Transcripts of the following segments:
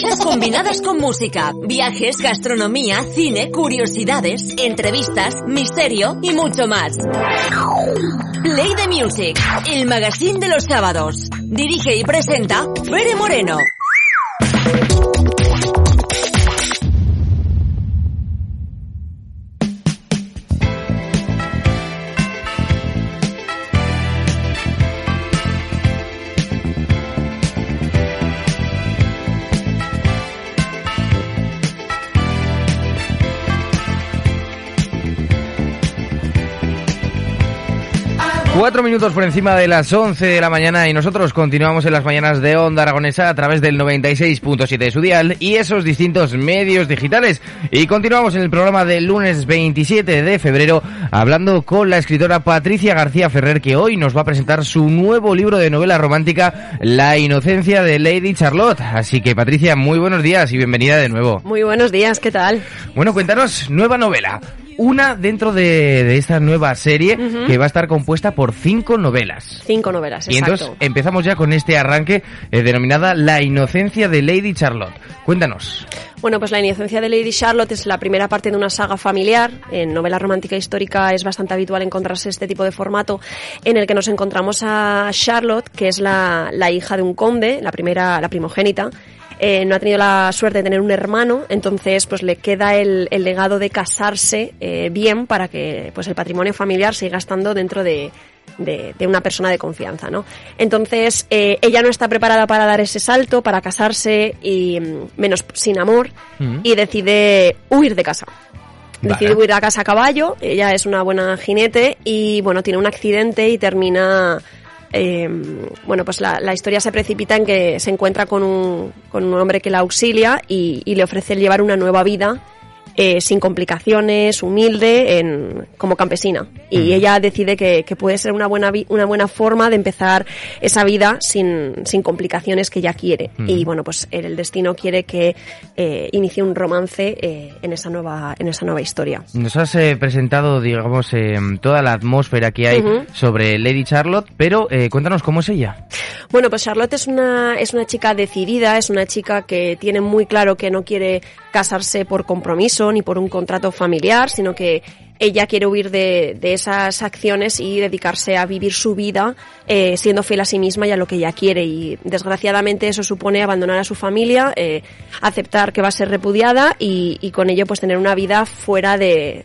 Noticias combinadas con música, viajes, gastronomía, cine, curiosidades, entrevistas, misterio y mucho más. Play the Music, el magazine de los sábados. Dirige y presenta Fere Moreno. Cuatro minutos por encima de las 11 de la mañana y nosotros continuamos en las mañanas de Onda Aragonesa a través del 96.7 de su dial y esos distintos medios digitales. Y continuamos en el programa del lunes 27 de febrero hablando con la escritora Patricia García Ferrer, que hoy nos va a presentar su nuevo libro de novela romántica, La inocencia de Lady Charlotte. Así que Patricia, muy buenos días y bienvenida de nuevo. Muy buenos días, ¿qué tal? Bueno, cuéntanos, nueva novela. Una dentro de esta nueva serie que va a estar compuesta por 5 novelas. 5 novelas, exacto. Y entonces empezamos ya con este arranque denominada La inocencia de Lady Charlotte. Cuéntanos. Bueno, pues La inocencia de Lady Charlotte es la primera parte de una saga familiar. En novela romántica histórica es bastante habitual encontrarse este tipo de formato en el que nos encontramos a Charlotte, que es la hija de un conde, la primogénita. No ha tenido la suerte de tener un hermano, entonces pues le queda el legado de casarse bien para que pues el patrimonio familiar siga estando dentro de una persona de confianza, ¿no? Entonces ella no está preparada para dar ese salto, para casarse y menos sin amor, y decide huir de casa. Decide huir a casa a caballo. Ella es una buena jinete y bueno, tiene un accidente y termina... bueno, pues la historia se precipita en que se encuentra con un hombre que la auxilia y le ofrece llevar una nueva vida sin complicaciones, humilde, como campesina. Y ella decide que puede ser una buena forma de empezar esa vida sin complicaciones que ella quiere. Y bueno, pues el destino quiere que inicie un romance en esa nueva historia. Nos has presentado, digamos, toda la atmósfera que hay sobre Lady Charlotte, pero cuéntanos cómo es ella. Bueno, pues Charlotte es una chica decidida, es una chica que tiene muy claro que no quiere casarse por compromiso ni por un contrato familiar, sino que ella quiere huir de esas acciones y dedicarse a vivir su vida siendo fiel a sí misma y a lo que ella quiere. Y desgraciadamente eso supone abandonar a su familia, aceptar que va a ser repudiada y con ello pues tener una vida fuera de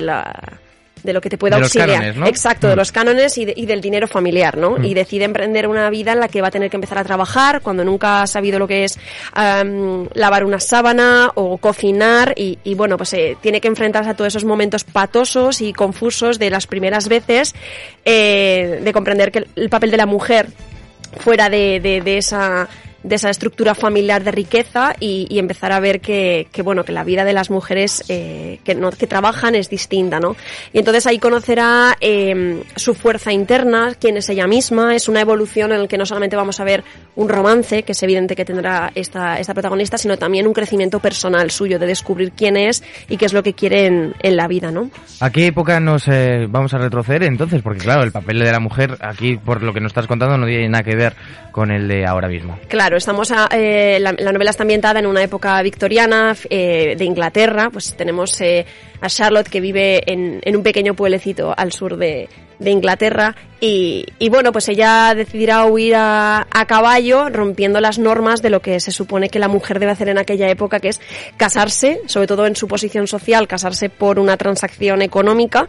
lo que te pueda auxiliar. Los cánones, ¿no? Exacto, de los cánones y del dinero familiar, ¿no? Y decide emprender una vida en la que va a tener que empezar a trabajar cuando nunca ha sabido lo que es lavar una sábana o cocinar y bueno, pues tiene que enfrentarse a todos esos momentos patosos y confusos de las primeras veces, de comprender que el papel de la mujer fuera de esa estructura familiar de riqueza y empezar a ver que la vida de las mujeres que trabajan es distinta, ¿no? Y entonces ahí conocerá su fuerza interna, quién es ella misma. Es una evolución en la que no solamente vamos a ver un romance, que es evidente que tendrá esta protagonista, sino también un crecimiento personal suyo, de descubrir quién es y qué es lo que quiere en la vida, ¿no? ¿A qué época nos vamos a retroceder entonces? Porque claro, el papel de la mujer aquí, por lo que nos estás contando, no tiene nada que ver con el de ahora mismo. Claro, estamos la novela está ambientada en una época victoriana de Inglaterra. Pues tenemos a Charlotte, que vive en un pequeño pueblecito al sur de Inglaterra y bueno, pues ella decidirá huir a caballo, rompiendo las normas de lo que se supone que la mujer debe hacer en aquella época, que es casarse, sobre todo en su posición social, casarse por una transacción económica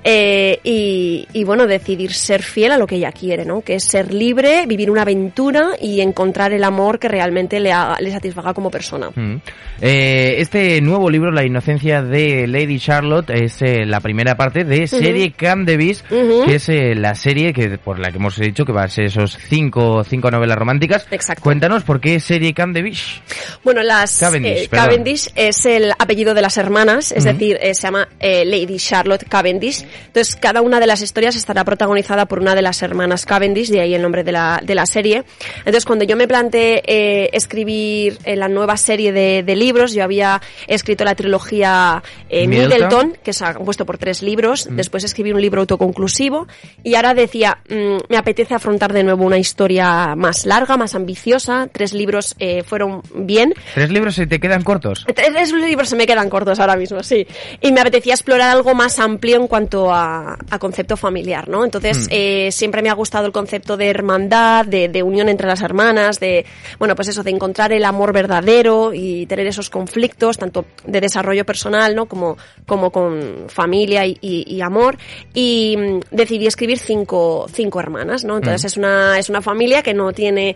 y bueno, decidir ser fiel a lo que ella quiere, ¿no? Que es ser libre, vivir una aventura y encontrar el amor que realmente le satisfaga como persona. Este nuevo libro, La inocencia de Lady Charlotte, es la primera parte de serie Camp de Beast, que es la serie por la que hemos dicho que va a ser esos cinco novelas románticas. Exacto. Cuéntanos por qué serie Camp de Beast. Bueno, Cavendish es el apellido de las hermanas, es decir, se llama Lady Charlotte Cavendish. Entonces, cada una de las historias estará protagonizada por una de las hermanas Cavendish, de ahí el nombre de la serie. Entonces, cuando yo me planteé escribir la nueva serie de libros, yo había escrito la trilogía Middleton, que se ha compuesto por 3 libros. Después escribí un libro autoconclusivo y ahora decía, me apetece afrontar de nuevo una historia más larga, más ambiciosa. 3 libros fueron bien, ¿3 libros se te quedan cortos? 3 libros se me quedan cortos ahora mismo, sí. Y me apetecía explorar algo más amplio en cuanto a concepto familiar, ¿no? Entonces, siempre me ha gustado el concepto de hermandad, de unión entre las hermanas, de encontrar el amor verdadero y tener esos conflictos, tanto de desarrollo personal, ¿no? Como con familia y amor. Y decidí escribir 5 hermanas, ¿no? Entonces es una familia que no tiene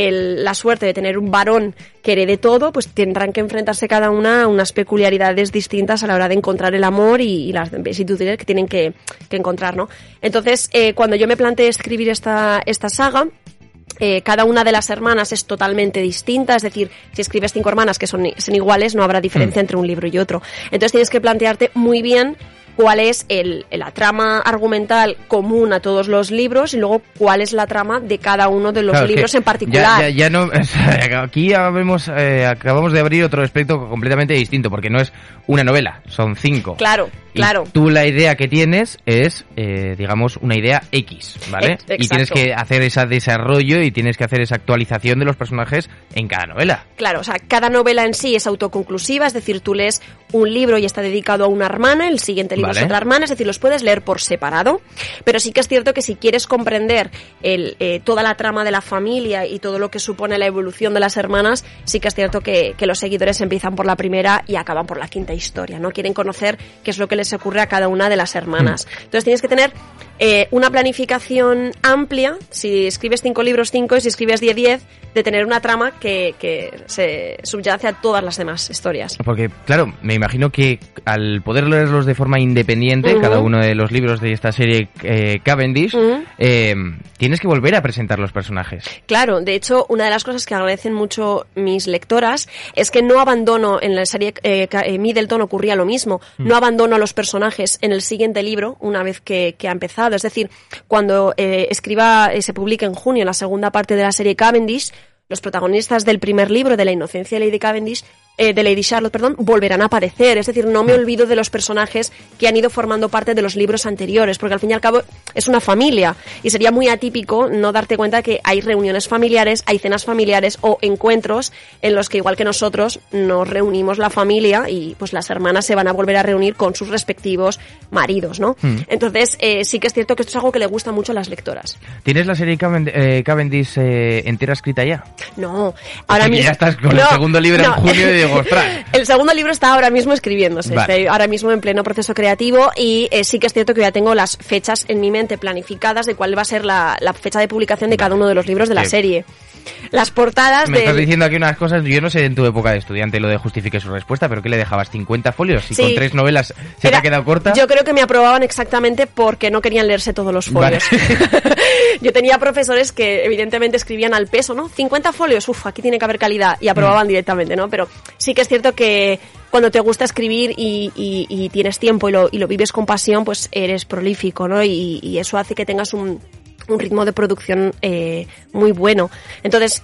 la suerte de tener un varón que herede todo, pues tendrán que enfrentarse cada una a unas peculiaridades distintas a la hora de encontrar el amor y las vicisitudes que tienen que encontrar, ¿no? Entonces, cuando yo me planteé escribir esta saga, cada una de las hermanas es totalmente distinta, es decir, si escribes 5 hermanas que son iguales, no habrá diferencia entre un libro y otro. Entonces tienes que plantearte muy bien cuál es la trama argumental común a todos los libros y luego cuál es la trama de cada uno de los libros en particular. Ya no, aquí acabamos de abrir otro aspecto completamente distinto, porque no es una novela, son 5. Claro. Y tú la idea que tienes es, digamos, una idea X, ¿vale? Y tienes que hacer ese desarrollo y tienes que hacer esa actualización de los personajes en cada novela. Claro, o sea, cada novela en sí es autoconclusiva, es decir, tú lees un libro y está dedicado a una hermana, el siguiente libro es otra hermana, es decir, los puedes leer por separado, pero sí que es cierto que si quieres comprender toda la trama de la familia y todo lo que supone la evolución de las hermanas, sí que es cierto que los seguidores empiezan por la primera y acaban por la 5ª historia, ¿no? Quieren conocer qué es lo que les ocurre a cada una de las hermanas. Entonces tienes que tener una planificación amplia, si escribes 5 libros, 5, y si escribes 10, de tener una trama que se subyace a todas las demás historias. Porque, claro, me imagino que al poder leerlos de forma independiente, cada uno de los libros de esta serie Cavendish, tienes que volver a presentar los personajes. Claro, de hecho, una de las cosas que agradecen mucho mis lectoras es que no abandono, en la serie Middleton ocurría lo mismo, no abandono a los personajes en el siguiente libro una vez que ha empezado. Es decir, cuando se publique en junio la segunda parte de la serie Cavendish, los protagonistas del primer libro, de La inocencia de Lady Charlotte, volverán a aparecer. Es decir, no me olvido de los personajes que han ido formando parte de los libros anteriores, porque al fin y al cabo es una familia y sería muy atípico no darte cuenta que hay reuniones familiares, hay cenas familiares o encuentros en los que, igual que nosotros, nos reunimos la familia y pues las hermanas se van a volver a reunir con sus respectivos maridos, ¿no? Entonces, sí que es cierto que esto es algo que le gusta mucho a las lectoras. ¿Tienes la serie Cavendish entera escrita ya? No, ahora mismo ya estás con el segundo libro en junio y digo, ostras. El segundo libro está ahora mismo escribiéndose, vale. Estoy ahora mismo en pleno proceso creativo y sí que es cierto que ya tengo las fechas en mi mente planificadas de cuál va a ser la fecha de publicación de cada uno de los libros de la serie. Las portadas Me estás diciendo aquí unas cosas, yo no sé en tu época de estudiante lo de justifique su respuesta, pero ¿qué le dejabas? 50 folios y con 3 novelas se te ha quedado corta. Yo creo que me aprobaban exactamente porque no querían leerse todos los folios. Vale. Yo tenía profesores que evidentemente escribían al peso, ¿no? 50 folios, aquí tiene que haber calidad, y aprobaban directamente, ¿no? Pero sí que es cierto que cuando te gusta escribir y tienes tiempo y lo vives con pasión, pues eres prolífico, ¿no? Y eso hace que tengas un ritmo de producción muy bueno. Entonces,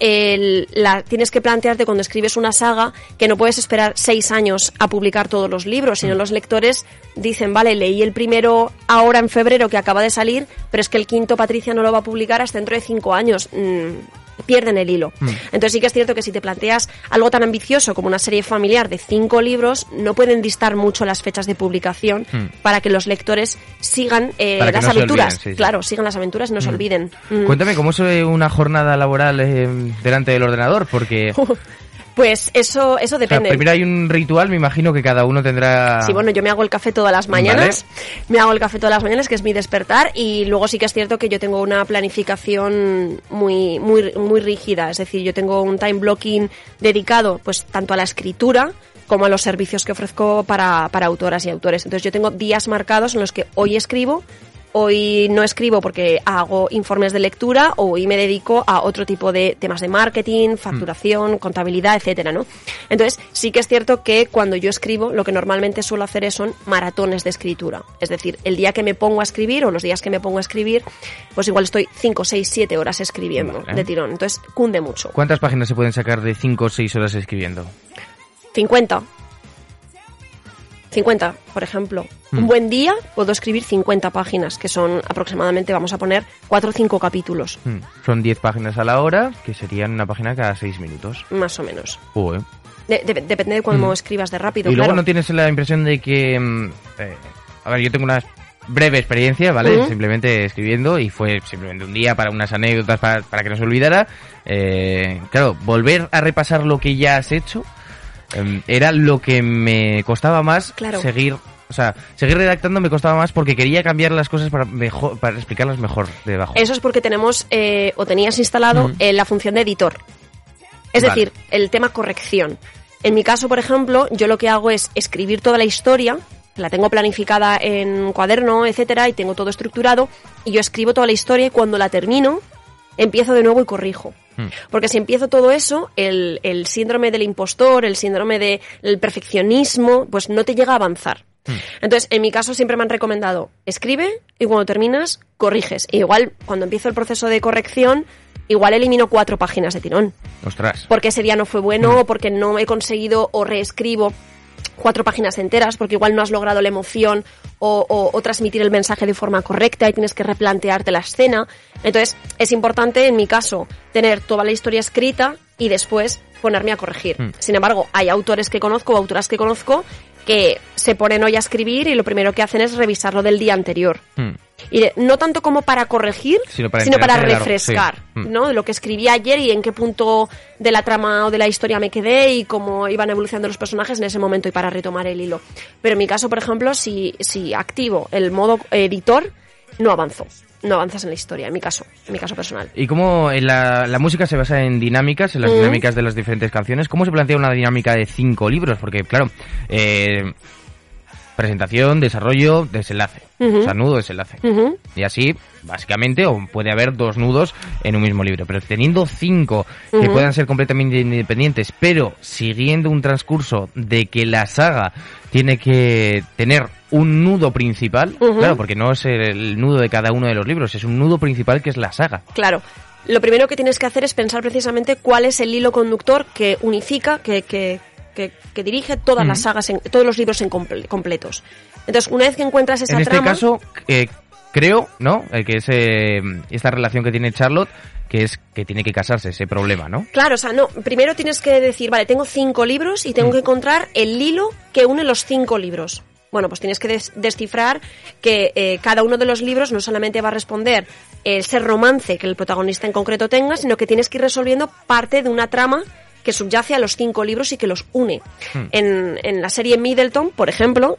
tienes que plantearte cuando escribes una saga que no puedes esperar 6 años a publicar todos los libros, sino los lectores dicen, vale, leí el primero ahora en febrero que acaba de salir, pero es que el quinto Patricia no lo va a publicar hasta dentro de 5 años. Pierden el hilo. Entonces sí que es cierto que si te planteas algo tan ambicioso como una serie familiar de 5 libros, no pueden distar mucho las fechas de publicación para que los lectores sigan las aventuras. Claro, sigan las aventuras y no se olviden. Cuéntame, ¿cómo es una jornada laboral delante del ordenador? Porque... Pues eso depende. O sea, primero hay un ritual, me imagino que cada uno tendrá... Sí, bueno, yo me hago el café todas las mañanas. Vale. Me hago el café todas las mañanas, que es mi despertar, y luego sí que es cierto que yo tengo una planificación muy, muy, muy rígida. Es decir, yo tengo un time blocking dedicado pues tanto a la escritura como a los servicios que ofrezco para autoras y autores. Entonces yo tengo días marcados en los que hoy escribo, hoy no escribo porque hago informes de lectura, o hoy me dedico a otro tipo de temas de marketing, facturación, contabilidad, etcétera, ¿no? Entonces, sí que es cierto que cuando yo escribo, lo que normalmente suelo hacer son maratones de escritura. Es decir, el día que me pongo a escribir, o los días que me pongo a escribir, pues igual estoy 5, 6, 7 horas escribiendo de tirón. Entonces, cunde mucho. ¿Cuántas páginas se pueden sacar de 5 o 6 horas escribiendo? 50, por ejemplo. Un buen día puedo escribir 50 páginas, que son aproximadamente, vamos a poner, 4 o 5 capítulos. Son 10 páginas a la hora, que serían una página cada 6 minutos. Más o menos. Depende de cómo escribas de rápido. Y luego claro. no tienes la impresión de que... a ver, yo tengo una breve experiencia, ¿vale? Simplemente escribiendo, y fue simplemente un día para unas anécdotas para que no se olvidara. Claro, volver a repasar lo que ya has hecho era lo que me costaba más. Claro. Seguir redactando me costaba más porque quería cambiar las cosas para explicarlas mejor debajo. Eso es porque tenemos o tenías instalado la función de editor. Es decir, el tema corrección. En mi caso, por ejemplo, yo lo que hago es escribir toda la historia, la tengo planificada en un cuaderno, etcétera, y tengo todo estructurado, y yo escribo toda la historia y cuando la termino, empiezo de nuevo y corrijo. Porque si empiezo todo eso, el síndrome del impostor, el síndrome del perfeccionismo, pues no te llega a avanzar. Entonces, en mi caso siempre me han recomendado, escribe y cuando terminas, corriges. E igual, cuando empiezo el proceso de corrección, igual elimino 4 páginas de tirón. ¡Ostras! Porque ese día no fue bueno, o porque no he conseguido, o reescribo 4 páginas enteras, porque igual no has logrado la emoción o transmitir el mensaje de forma correcta y tienes que replantearte la escena. Entonces, es importante, en mi caso, tener toda la historia escrita y después ponerme a corregir. Sin embargo, hay autores que conozco o autoras que conozco que se ponen hoy a escribir y lo primero que hacen es revisarlo del día anterior. Y no tanto como para corregir, sino para refrescar, ¿no? Lo que escribí ayer y en qué punto de la trama o de la historia me quedé y cómo iban evolucionando los personajes en ese momento y para retomar el hilo. Pero en mi caso, por ejemplo, si activo el modo editor, no avanzo. No avanzas en la historia, en mi caso personal. ¿Y cómo la música se basa en dinámicas, en las dinámicas de las diferentes canciones? ¿Cómo se plantea una dinámica de 5 libros? Porque, claro, presentación, desarrollo, desenlace. O sea, nudo, desenlace. Y así, básicamente, o puede haber 2 nudos en un mismo libro. Pero teniendo 5 que puedan ser completamente independientes, pero siguiendo un transcurso de que la saga tiene que tener un nudo principal, claro, porque no es el nudo de cada uno de los libros, es un nudo principal que es la saga. Claro. Lo primero que tienes que hacer es pensar precisamente cuál es el hilo conductor que unifica, que dirige todas las sagas, todos los libros completos. Entonces, una vez que encuentras esa trama... En este caso, creo, ¿no?, que es esta relación que tiene Charlotte, que es que tiene que casarse, ese problema, ¿no? Claro, o sea, no, primero tienes que decir, vale, tengo 5 libros y tengo que encontrar el hilo que une los 5 libros. Bueno, pues tienes que descifrar que cada uno de los libros no solamente va a responder ese romance que el protagonista en concreto tenga, sino que tienes que ir resolviendo parte de una trama que subyace a los 5 libros y que los une. En la serie Middleton, por ejemplo,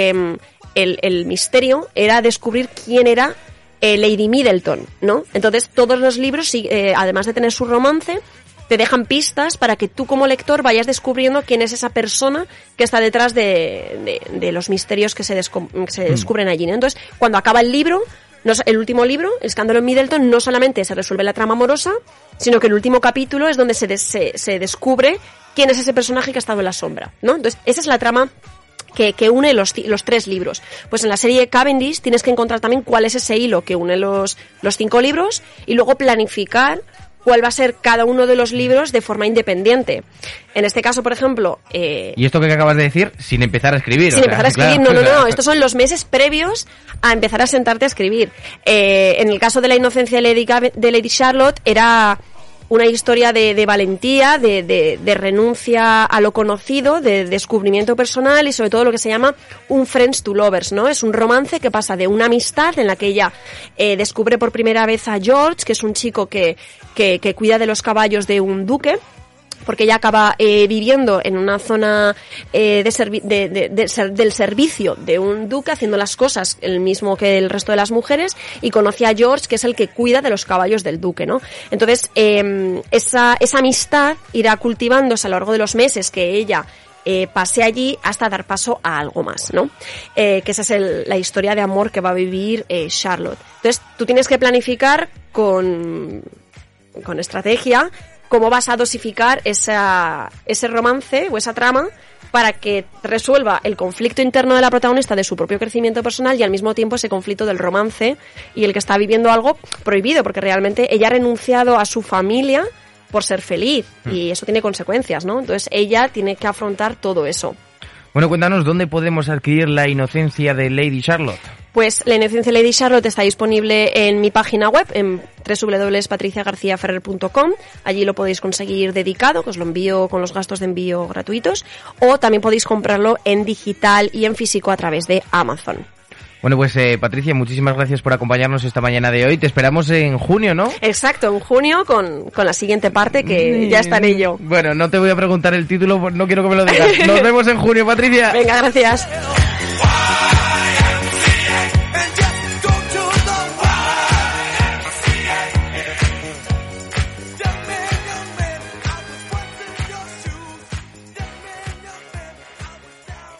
el misterio era descubrir quién era Lady Middleton, ¿no? Entonces, todos los libros, además de tener su romance, te dejan pistas para que tú como lector vayas descubriendo quién es esa persona que está detrás de los misterios que se descubren allí, ¿no? Entonces, cuando acaba el libro, el último libro, El escándalo en Middleton, no solamente se resuelve la trama amorosa, sino que el último capítulo es donde se descubre quién es ese personaje que ha estado en la sombra, ¿no? Entonces, esa es la trama que une los 3 libros. Pues en la serie Cavendish tienes que encontrar también cuál es ese hilo que une los 5 libros y luego planificar cuál va a ser cada uno de los libros de forma independiente. En este caso, por ejemplo... Y esto que acabas de decir, sin empezar a escribir. Sin empezar a escribir, claro, no. Estos son los meses previos a empezar a sentarte a escribir. En el caso de La inocencia de Lady Charlotte, era una historia de valentía, de renuncia a lo conocido, de descubrimiento personal y sobre todo lo que se llama un friends to lovers, ¿no? Es un romance que pasa de una amistad en la que ella descubre por primera vez a George, que es un chico que cuida de los caballos de un duque, porque ella acaba viviendo en una zona del servicio de un duque, haciendo las cosas el mismo que el resto de las mujeres, y conoce a George, que es el que cuida de los caballos del duque, ¿no? Entonces, esa amistad irá cultivándose a lo largo de los meses que ella pase allí hasta dar paso a algo más, ¿no? Que esa es la historia de amor que va a vivir Charlotte. Entonces, tú tienes que planificar con estrategia cómo vas a dosificar ese romance o esa trama para que resuelva el conflicto interno de la protagonista de su propio crecimiento personal y al mismo tiempo ese conflicto del romance y el que está viviendo algo prohibido, porque realmente ella ha renunciado a su familia por ser feliz y eso tiene consecuencias, ¿no? Entonces ella tiene que afrontar todo eso. Bueno, cuéntanos, ¿dónde podemos adquirir La inocencia de Lady Charlotte? Pues La inocencia de Lady Charlotte está disponible en mi página web, en www.patriciagarciaferrer.com. Allí lo podéis conseguir dedicado, que os lo envío con los gastos de envío gratuitos. O también podéis comprarlo en digital y en físico a través de Amazon. Bueno, pues Patricia, muchísimas gracias por acompañarnos esta mañana de hoy. Te esperamos en junio, ¿no? Exacto, en junio con la siguiente parte que ya está en ello. Bueno, no te voy a preguntar el título, no quiero que me lo digas. Nos vemos en junio, Patricia. Venga, gracias.